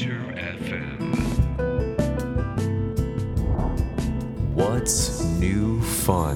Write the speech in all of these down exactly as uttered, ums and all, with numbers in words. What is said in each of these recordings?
Inter エフエム What's new fun?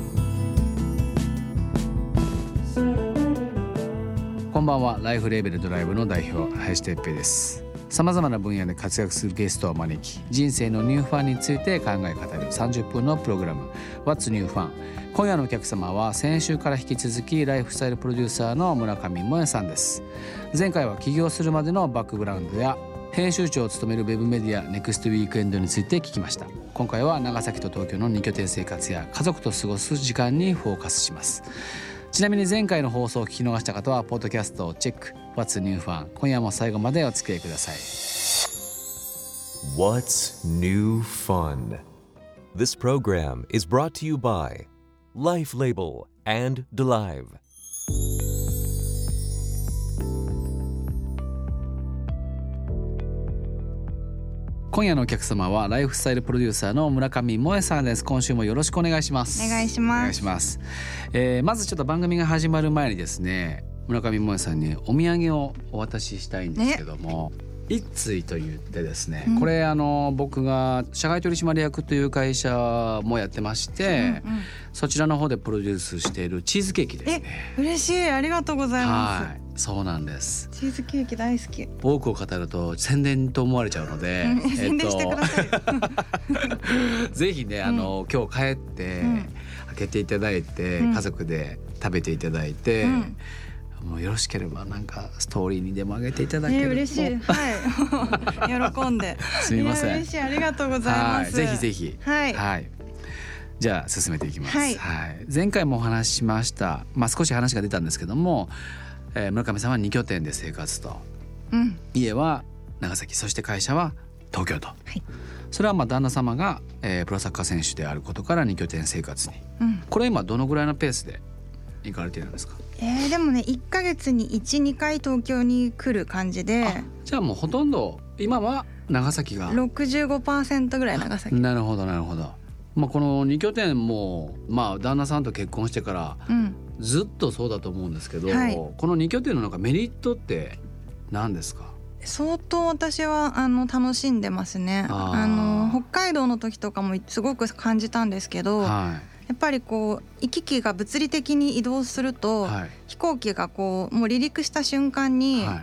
こんばんは。ライフレーベルドライブの代表林哲平です。さまざまな分野で活躍するゲストを招き、人生のニューファンについて考え語るさんじゅっぷんのプログラム What's New Fun。 今夜のお客様は先週から引き続きライフスタイルプロデューサーの村上萌さんです。前回は起業するまでのバックグラウンドや編集長を務めるウェブメディアネクストウィークエンドについて聞きました。今回は長崎と東京のに拠点生活や家族と過ごす時間にフォーカスします。ちなみに前回の放送を聞き逃した方はポッドキャストをチェック。 What's New Fun。 今夜も最後までお付き合いください。 What's new fun? This program is brought to you by Life Label and Delive。 今夜のお客様はライフスタイルプロデューサーの村上萌さんです。今週もよろしくお願いします。 お願いします。 お願いします、えー、まずちょっと番組が始まる前にですね、村上萌さんにお土産をお渡ししたいんですけども、一対と言ってですね、うん、これあの僕が社外取締役という会社もやってまして、うんうん、そちらの方でプロデュースしているチーズケーキですね。 え、嬉しい、ありがとうございます。はい、 そうなんです。 チーズケーキ大好き。 多くを語ると宣伝と思われちゃうので、 うん、宣伝してください。 ぜひね、あの、うん、今日帰って、うん、開けていただいて、うん、家族で食べていただいて、うん、もうよろしければなんかストーリーにでも上げていただけると、 えー、嬉しい。はい喜んで。 すみません。 嬉しい、ありがとうございます。 ぜひぜひ。 はい、 はい、じゃあ進めていきます。 はいはい、前回もお話ししました、まあ、少し話が出たんですけども、えー、村上さんはに拠点で生活と、うん、家は長崎、そして会社は東京と、はい、それはまあ旦那様が、えー、プロサッカー選手であることからに拠点生活に、うん、これ今どのぐらいのペースで行かれているんですか？ えー、でもねいっかげつに いち,に 回東京に来る感じで。 じゃあもうほとんど今は長崎がろくじゅうごパーセント ぐらい長崎。 なるほどなるほど。まあ、このに拠点も、まあ、旦那さんと結婚してからずっとそうだと思うんですけど、うん、はい、このに拠点のなんかメリットって何ですか？ 相当私はあの楽しんでますね。ああの北海道の時とかもすごく感じたんですけど、はい、やっぱりこう行き来が物理的に移動すると、はい、飛行機がこうもう離陸した瞬間に、はい、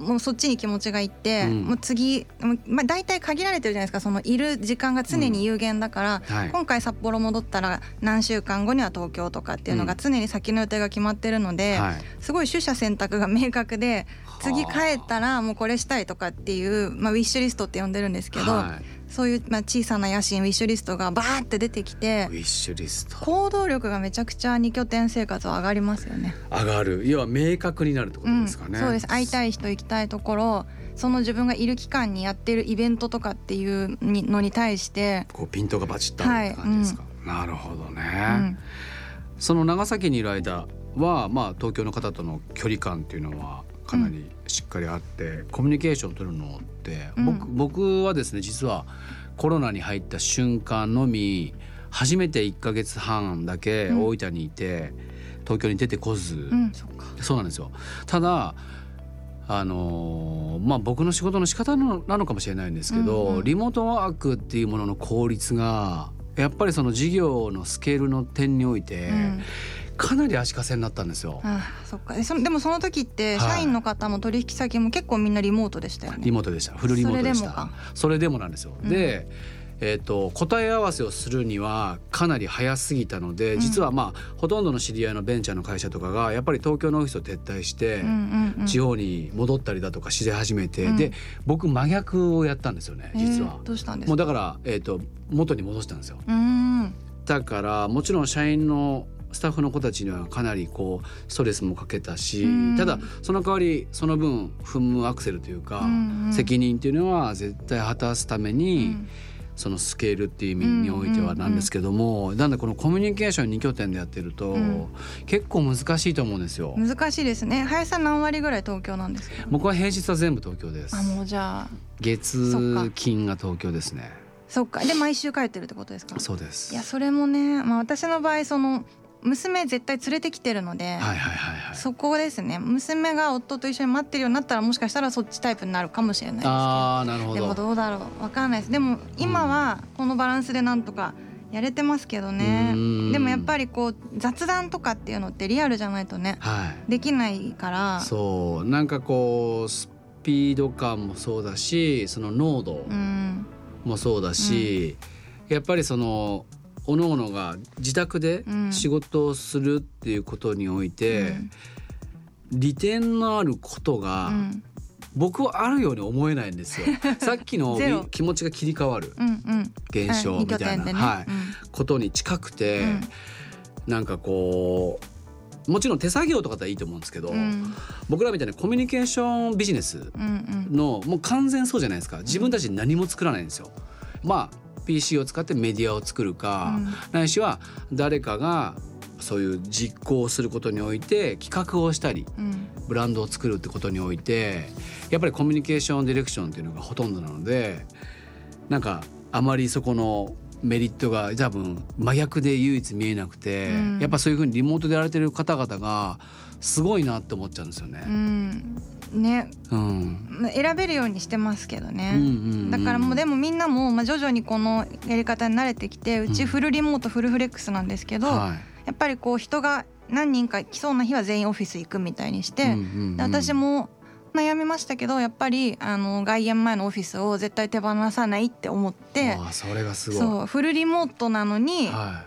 もうそっちに気持ちがいって、うん、もう次、まあ、大体限られてるじゃないですか。そのいる時間が常に有限だから、うん、はい、今回札幌戻ったら何週間後には東京とかっていうのが常に先の予定が決まってるので、うん、はい、すごい取捨選択が明確で、次帰ったらもうこれしたいとかっていう、まあ、ウィッシュリストって呼んでるんですけど、はい、そういう、まあ、小さな野心ウィッシュリストがバーって出てきて、 ウィッシュリスト、 行動力がめちゃくちゃに拠点生活は上がりますよね。 上がる、要は明確になるってことですかね。 うん、そうです。会いたい人、行きたいところ、その自分がいる期間にやってるイベントとかっていうのに対してこうピントがバチッと合うって感じですか？はい、うん、なるほどね。うん、その長崎にいる間は、まあ、東京の方との距離感っていうのはかなりしっかりあって、うん、コミュニケーションを取るのって、うん、僕, 僕はですね、実はコロナに入った瞬間のみ初めていっかげつはんだけ大分にいて、うん、東京に出てこず、うん、そっか、そうなんですよ。ただあのーまあ、僕の仕事の仕方なのかもしれないんですけど、うんうん、リモートワークっていうものの効率がやっぱりその事業のスケールの点において、うん、かなり足かせになったんですよ。 ああ、そっか。で, そでもその時って社員の方も取引先も結構みんなリモートでしたよね。 リモートでした。フルリモートでした。それでもか。それでもなんですよ。うん、で、えーと、答え合わせをするにはかなり早すぎたので、実はまあ、うん、ほとんどの知り合いのベンチャーの会社とかがやっぱり東京のオフィスを撤退して、うんうんうん、地方に戻ったりだとかし始めて、うん、で僕真逆をやったんですよね、実は。 えー、どうしたんですか？ もうだから、えーと、元に戻したんですよ。うん、だからもちろん社員のスタッフの子たちにはかなりこうストレスもかけたし、ただその代わりその分踏むアクセルというか、うんうん、責任っていうのは絶対果たすために、うん、そのスケールっていう意味においてはなんですけども、うんうんうん、なんでこのコミュニケーションに拠点でやってると、うん、結構難しいと思うんですよ。 難しいですね。林さん何割ぐらい東京なんですか？ 僕は平日は全部東京です。 あ、もうじゃあ月金が東京ですね。 そっか。で毎週帰ってるってことですか？ そうです。 いや、それもね、まあ、私の場合その娘絶対連れてきてるので、 はいはいはいはい、 そこですね。娘が夫と一緒に待ってるようになったらもしかしたらそっちタイプになるかもしれないですけど。 あー、なるほど。 でもどうだろう、分かんないです。でも今はこのバランスでなんとかやれてますけどね。でもやっぱりこう雑談とかっていうのってリアルじゃないとね、はい、できないから。そうなんかこうスピード感もそうだし、その濃度もそうだし、うん、やっぱりその各々が自宅で仕事をするっていうことにおいて、うん、利点のあることが僕はあるように思えないんですよ。さっきの気持ちが切り替わる現象みたいな、はい、ことに近くて、うん、なんかこうもちろん手作業とかだったらいいと思うんですけど、うん、僕らみたいなコミュニケーションビジネスのもう完全そうじゃないですか。自分たちで何も作らないんですよ。まあピーシー を使ってメディアを作るか、うん、ないしは誰かがそういう実行をすることにおいて企画をしたり、うん、ブランドを作るってことにおいてやっぱりコミュニケーションディレクションっていうのがほとんどなので、なんかあまりそこのメリットが多分真逆で唯一見えなくて、うん、やっぱそういうふうにリモートでやられてる方々がすごいなって思っちゃうんですよね。 うんね、うん、選べるようにしてますけどね、うんうんうん、だからもうでもみんなもまあ徐々にこのやり方に慣れてきて、うちフルリモートフルフレックスなんですけど、うん、やっぱりこう人が何人か来そうな日は全員オフィス行くみたいにして、うんうんうん、で私も悩みましたけどやっぱりあの外苑前のオフィスを絶対手放さないって思って、 あ、それがすごい。 そうフルリモートなのに、はい、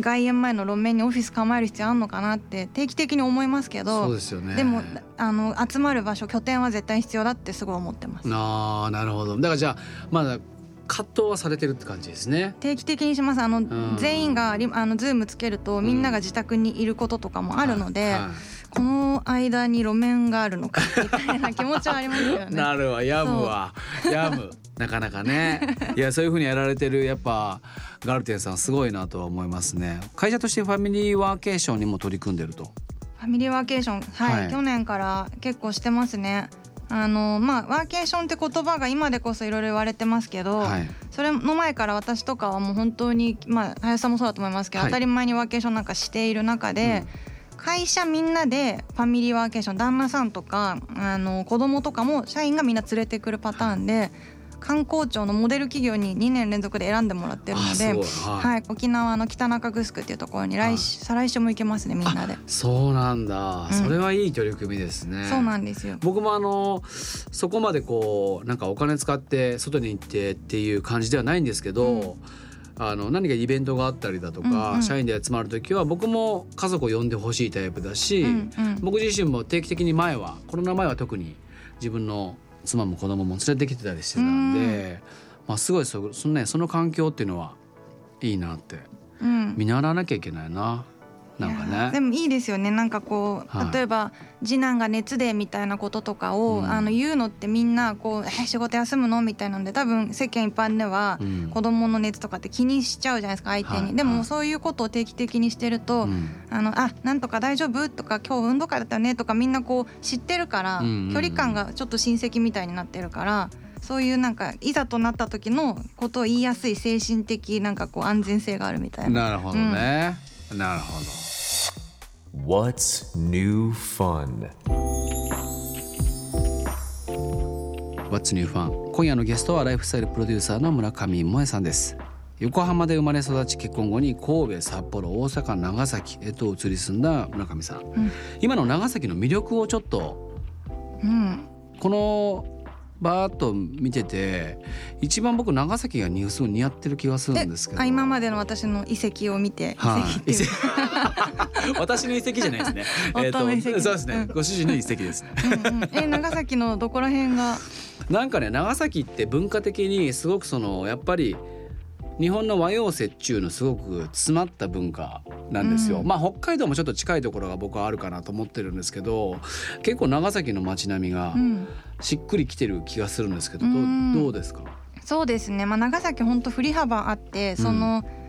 外苑前の路面にオフィス構える必要あるのかなって定期的に思いますけど、 そうですよね。 でもあの集まる場所拠点は絶対必要だってすごい思ってます。 あー、なるほど。だからじゃあまだ葛藤はされてるって感じですね。 定期的にします。あの、うん、全員があのズームつけるとみんなが自宅にいることとかもあるので、うんはいはい、この間に路面があるのかみたいな気持ちはありますよね。 なるわ、やむわ、やむなかなかね。いや、そういう風にやられてるやっぱガルテンさんすごいなとは思いますね。会社としてファミリーワーケーションにも取り組んでると。 ファミリーワーケーション、はい、はい、去年から結構してますね。あのまあ、ワーケーションって言葉が今でこそいろいろ言われてますけど、はい、それの前から私とかはもう本当に、まあ、林さんもそうだと思いますけど、はい、当たり前にワーケーションなんかしている中で、うん、会社みんなでファミリーワーケーション、旦那さんとかあの子供とかも社員がみんな連れてくるパターンで、観光庁のモデル企業ににねん連続で選んでもらってるので、はいはい、沖縄の北中城っていうところに来、はい、再来週も行けますね、みんなで。 そうなんだ、うん、それはいい取り組みですね。 そうなんですよ。 僕もあのそこまでこうなんかお金使って外に行ってっていう感じではないんですけど、うん、あの何かイベントがあったりだとか、うんうん、社員で集まるときは僕も家族を呼んでほしいタイプだし、うんうん、僕自身も定期的に前はコロナ前は特に自分の妻も子供も連れてきてたりしてたんで、まあ、すごい そ, そ, の、ね、その環境っていうのはいいなって見習わなきゃいけないな、うん、なんかね。 でもいいですよね。なんかこう、はい、例えば次男が熱でみたいなこととかを、うん、あの言うのってみんなこうえ仕事休むのみたいなので多分世間一般では子供の熱とかって気にしちゃうじゃないですか、相手に、はい、でもそういうことを定期的にしてると、うん、あのあなんとか大丈夫とか今日運動会だったよねとかみんなこう知ってるから、うんうんうん、距離感がちょっと親戚みたいになってるから、そういうなんかいざとなった時のことを言いやすい精神的なんかこう安全性があるみたいな。 なるほどね、うん、なるほど。 What's new fun? What's new fun? 今夜のゲストはライフスタイルプロデューサーの村上萌さんです。横浜で生まれ育ち、結婚後に神戸、札幌、大阪、長崎へと移り住んだ村上さん、うん、今の長崎の魅力をちょっと、うん、このバーッと見てて一番僕長崎がすごい似合ってる気がするんですけど、 今までの私の遺跡を見て、はあ、遺跡私の遺跡じゃないですね。 夫の遺跡、 えー、そうですね、うん、ご主人の遺跡ですね。 うん、うん、え長崎のどこら辺がなんかね、長崎って文化的にすごくそのやっぱり日本の和洋折衷のすごく詰まった文化なんですよ、うん、まあ北海道もちょっと近いところが僕はあるかなと思ってるんですけど、結構長崎の街並みがしっくりきてる気がするんですけど、うん、ど, どうですか？ そうですね、まあ、長崎本当振り幅あって、その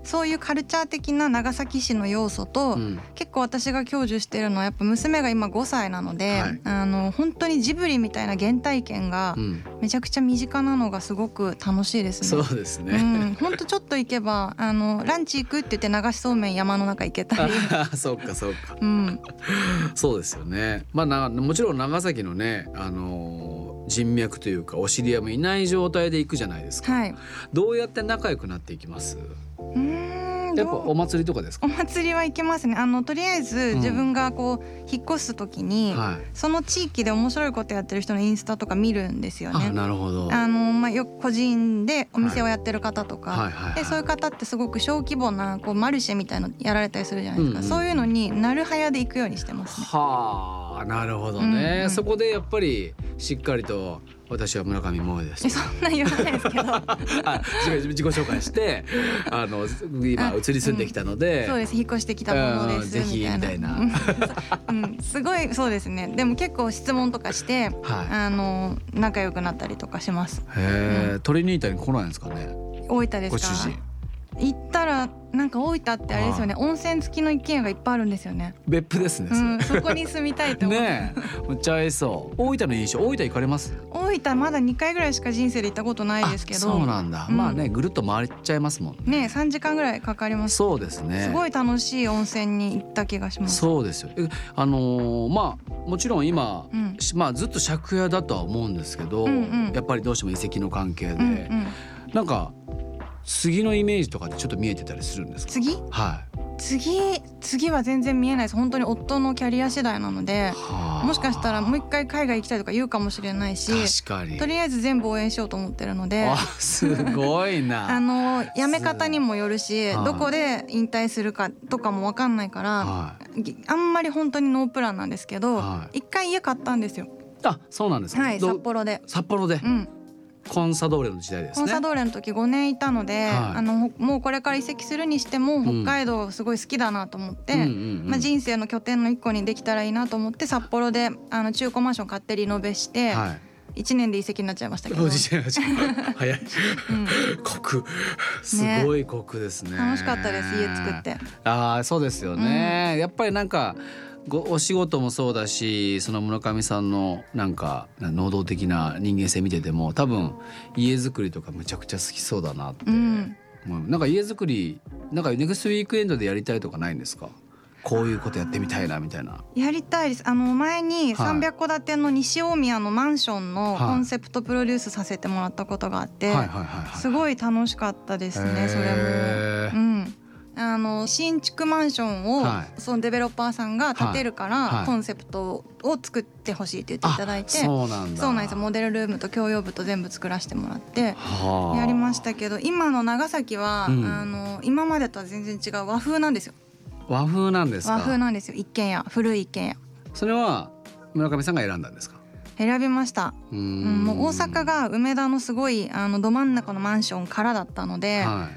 そういうカルチャー的な長崎市の要素と、うん、結構私が享受してるのはやっぱ娘が今ごさいなので、はい、あの本当にジブリみたいな原体験がめちゃくちゃ身近なのがすごく楽しいですね。 そうですね、うん、 本当ちょっと行けばあのランチ行くって言って流しそうめん山の中行けたりそうかそうか、 うん、 そうですよね。まあなもちろん長崎のね、あのー、人脈というかお知り合いもいない状態で行くじゃないですか、はい、どうやって仲良くなっていきます？ うーんやっぱお祭りとかですか？ お祭りは行けますね。あのとりあえず自分がこう引っ越す時に、うんはい、その地域で面白いことやってる人のインスタとか見るんですよね。 あ、なるほど。 あの、まあ、よく個人でお店をやってる方とか、はいはいはいはい、でそういう方ってすごく小規模なこうマルシェみたいなのやられたりするじゃないですか、うんうん、そういうのになるはやで行くようにしてますね。 はあ、なるほどね、うんうん、そこでやっぱりしっかりと私は村上萌です。 そんな言わないですけどあ自己紹介してあの今移り住んできたので、 うん、そうです、引っ越してきたものですぜひみたいな、 うん、すごいそうですね。でも結構質問とかして、はい、あの仲良くなったりとかします。 へえ、うん、トリニータに来ないんですかね？ 大分ですか？ご主人行ったらなんか大分ってあれですよね、温泉付きの一軒家がいっぱいあるんですよね。 別府ですね、それ、 うん、そこに住みたいと思ってねえ、めっちゃ合いそう。大分の印象、大分行かれます？ 大分まだにかいぐらいしか人生で行ったことないですけど。 そうなんだ、うん、まあねぐるっと回っちゃいますもんね。 ね、さんじかんぐらいかかります。 そうですね、 すごい楽しい温泉に行った気がします。 そうですよ。あのー、まあもちろん今、うん、まあずっと借家だとは思うんですけど、うんうん、やっぱりどうしても遺跡の関係で、うんうん、なんか次のイメージとかでちょっと見えてたりするんですか？ 次？ はい。 次次は全然見えないです。本当に夫のキャリア次第なので、もしかしたらもう一回海外行きたいとか言うかもしれないし、 確かにとりあえず全部応援しようと思ってるので。 あ、すごいなあの辞め方にもよるし、どこで引退するかとかも分かんないから、はい、あんまり本当にノープランなんですけど、はい、一回家買ったんですよ。 あ、そうなんですか？ はい、札幌で。 札幌で、うん、コンサドーレの時代ですね。 コンサドーレの時ごねんいたので、はい、あのもうこれから移籍するにしても北海道すごい好きだなと思って、うんうんうんうん、まあ、人生の拠点の一個にできたらいいなと思って札幌であの中古マンション買ってリノベして、はい、いちねんで移籍になっちゃいましたけど。 早い、うん、コクすごいコクですね。 楽しかったです、家作って。 あ、そうですよね、うん、やっぱりなんかごお仕事もそうだし、その村上さんのなんか能動的な人間性見てても多分家づくりとかむちゃくちゃ好きそうだなって、うん、なんか家づくりなんかネクストウィークエンドでやりたいとかないんですか？こういうことやってみたいなみたいな。 やりたいです。あの前にさんびゃくこだての西大宮のマンションのコンセプトプロデュースさせてもらったことがあって、すごい楽しかったですね、それも。うん、あの新築マンションを、はい、そのデベロッパーさんが建てるから、はいはい、コンセプトを作ってほしいって言っていただいて、 そうなんだ。 そうなんですよ。モデルルームと共用部と全部作らせてもらってやりましたけど、今の長崎は、うん、あの今までとは全然違う和風なんですよ。 和風なんですか？ 和風なんですよ。一軒家、古い一軒家。 それは村上さんが選んだんですか？ 選びました。うん、もう大阪が梅田のすごいあのど真ん中のマンションからだったので、はい、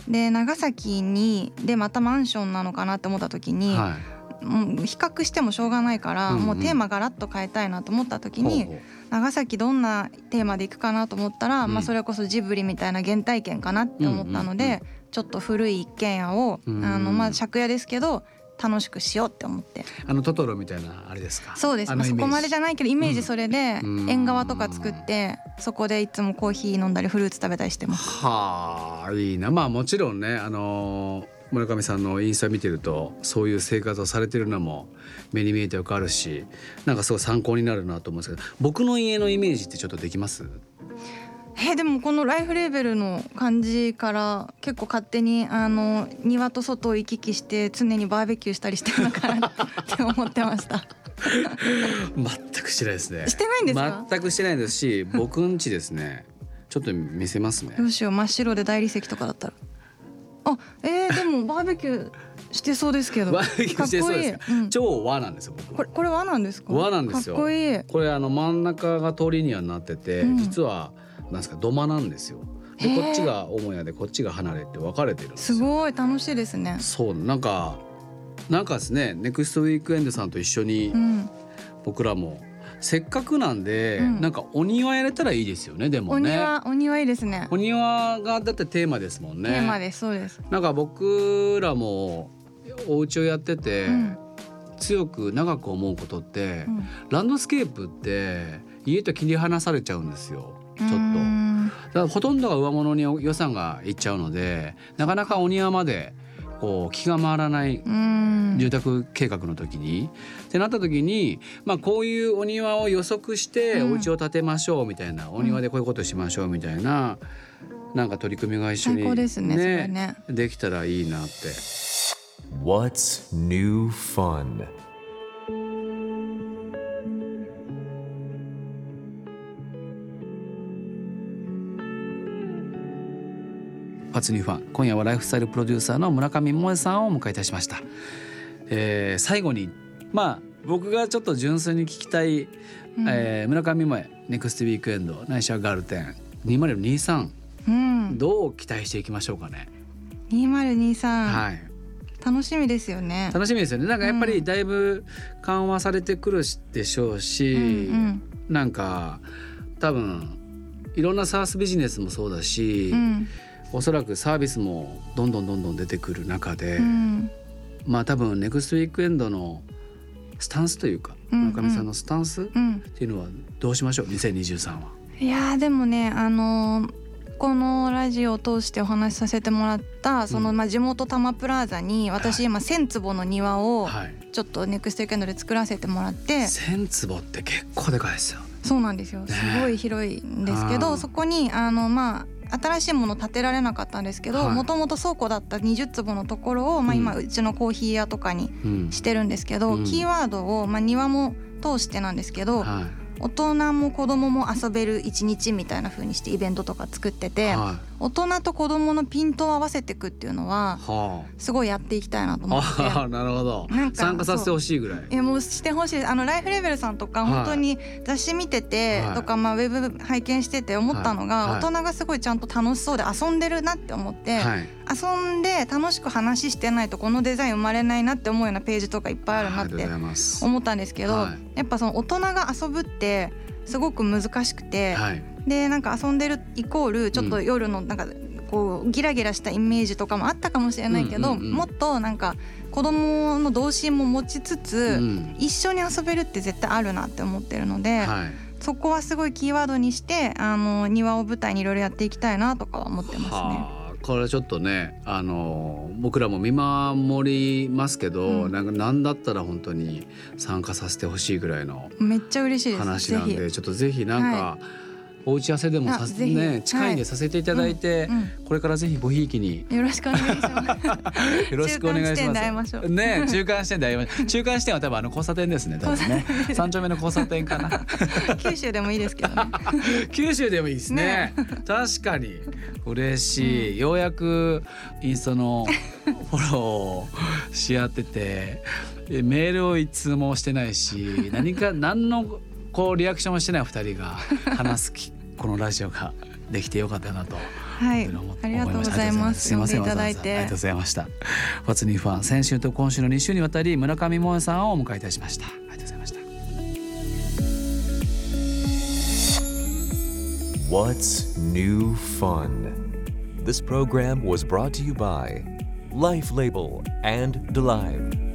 で長崎にでまたマンションなのかなって思った時に、はい、もう比較してもしょうがないから、うんうん、もうテーマガラッと変えたいなと思った時に、ほうほう、長崎どんなテーマでいくかなと思ったら、うん、まあ、それこそジブリみたいな原体験かなって思ったので、うんうんうん、ちょっと古い一軒家を、あの、まあ、借家ですけど楽しくしようって思って。 あのトトロみたいなあれですか？ そうです。まあ、そこまでじゃないけどイメージそれで、うん、縁側とか作ってそこでいつもコーヒー飲んだりフルーツ食べたりしてます。 はあ、いいな。まあもちろんね、あのー、村上さんのインスタ見てるとそういう生活をされてるのも目に見えてわかるし、なんかすごい参考になるなと思うんですけど、僕の家のイメージってちょっとできます？ えー、でもこのライフレーベルの感じから結構勝手にあの庭と外を行き来して常にバーベキューしたりしてるのかなって思ってました全くしてないですね。 してないんですか？ 全くしてないですし、僕ん家ですねちょっと見せますね。 どうしよう、真っ白で大理石とかだったら。あ、えー、でもバーベキューしてそうですけど。 バーベキューしてそうですか？かっこいい、うん、超和なんですよ僕。 これ、これ和なんですか？ 和なんですよ。 かっこいい。 これあの真ん中が通りにはなってて、うん、実はなんですか土間なんですよ。でこっちが母屋でこっちが離れって分かれてるんですよ。 すごい楽しいですね。 そう、なんかなんかですね、ネクストウィークエンドさんと一緒に僕らもせっかくなんで、うん、なんかお庭やれたらいいですよね。でもね、 お庭、お庭いいですね。 お庭がだってテーマですもんね。 テーマです。そうです。 なんか僕らもお家をやってて、うん、強く長く思うことって、うん、ランドスケープって家と切り離されちゃうんですよ。ちょっとだからほとんどが上物に予算がいっちゃうので、なかなかお庭までこう気が回らない住宅計画の時にってなった時に、まあ、こういうお庭を予測してお家を建てましょうみたいな、お庭でこういうことしましょうみたいな、なんか取り組みが一緒に、ね、 最高ですね、それね。 できたらいいなって。 What's new fun? What's new fun?今夜はライフスタイルプロデューサーの村上萌さんをお迎えいたしました。えー、最後にまあ僕がちょっと純粋に聞きたい、うんえー、村上萌ネクストウィークエンドないしはガルテンにせんにじゅうさん、うん、どう期待していきましょうかね。 にせんにじゅうさん、 はい、 楽しみですよね。 楽しみですよね。なんかやっぱりだいぶ緩和されてくるでしょうし、うんうん、なんか多分いろんなサースビジネスもそうだし、うんおそらくサービスもどんどんどんどん出てくる中で、うん、まあ多分ネクストウィークエンドのスタンスというか、うんうん、村上さんのスタンスっていうのはどうしましょう、にせんにじゅうさんは。 いやでもね、あのー、このラジオを通してお話しさせてもらったその、うんまあ、地元多摩プラザに私今せん坪の庭をちょっとネクストウィークエンドで作らせてもらって、はい、 せん坪って結構でかいですよ。 そうなんですよ、すごい広いんですけど、そこにあのまあ新しいもの建てられなかったんですけど、もともと倉庫だったにじゅう坪のところを、まあ、今うちのコーヒー屋とかにしてるんですけど、うん、キーワードを、まあ、庭も通してなんですけど、はい、大人も子供も遊べる一日みたいな風にしてイベントとか作ってて、はい、大人と子供のピントを合わせていくっていうのはすごいやっていきたいなと思って、 はあ、なるほど。なんか参加させてほしいぐらい。 いやもうしてほしい。あのライフレベルさんとか本当に雑誌見ててとか、まあウェブ拝見してて思ったのが、大人がすごいちゃんと楽しそうで遊んでるなって思って、はい、遊んで楽しく話してないとこのデザイン生まれないなって思うようなページとかいっぱいあるなって思ったんですけど、はい、やっぱその大人が遊ぶってすごく難しくて、はい、でなんか遊んでるイコールちょっと夜のなんかこうギラギラしたイメージとかもあったかもしれないけど、うんうんうん、もっとなんか子供の童心も持ちつつ、うん、一緒に遊べるって絶対あるなって思ってるので、はい、そこはすごいキーワードにしてあの庭を舞台にいろいろやっていきたいなとかは思ってますね。 これちょっとね、あの僕らも見守りますけど、うん、なんか何だったら本当に参加させてほしいぐらいのめっちゃ嬉しいです話なんで、ちょっとぜひなんか、はい、お打ち合わせでもさせ、ね、近いんでさせていただいて、はいうんうん、これからぜひごひいきによろしくお願いしますよろしくお願いしますね。中間視点で会いましょう。中間視点は多分あの交差点ですね。多分ね三丁目の交差点かな九州でもいいですけどね九州でもいいですね。ね確かに嬉しい、うん、ようやくインスタのフォローし合っててメールを一通もしてないし何か何のこうリアクションをしてないふたりが話すきこのラジオができてよかったなとはい、ありがとうございます。 すいません、 いただいてありがとうございました。What's New Fun 先週と今週のに週にわたり村上萌さんをお迎えいたしました。ありがとうございました。 What's New Fun? This program was brought to you by Life Label and DeLive.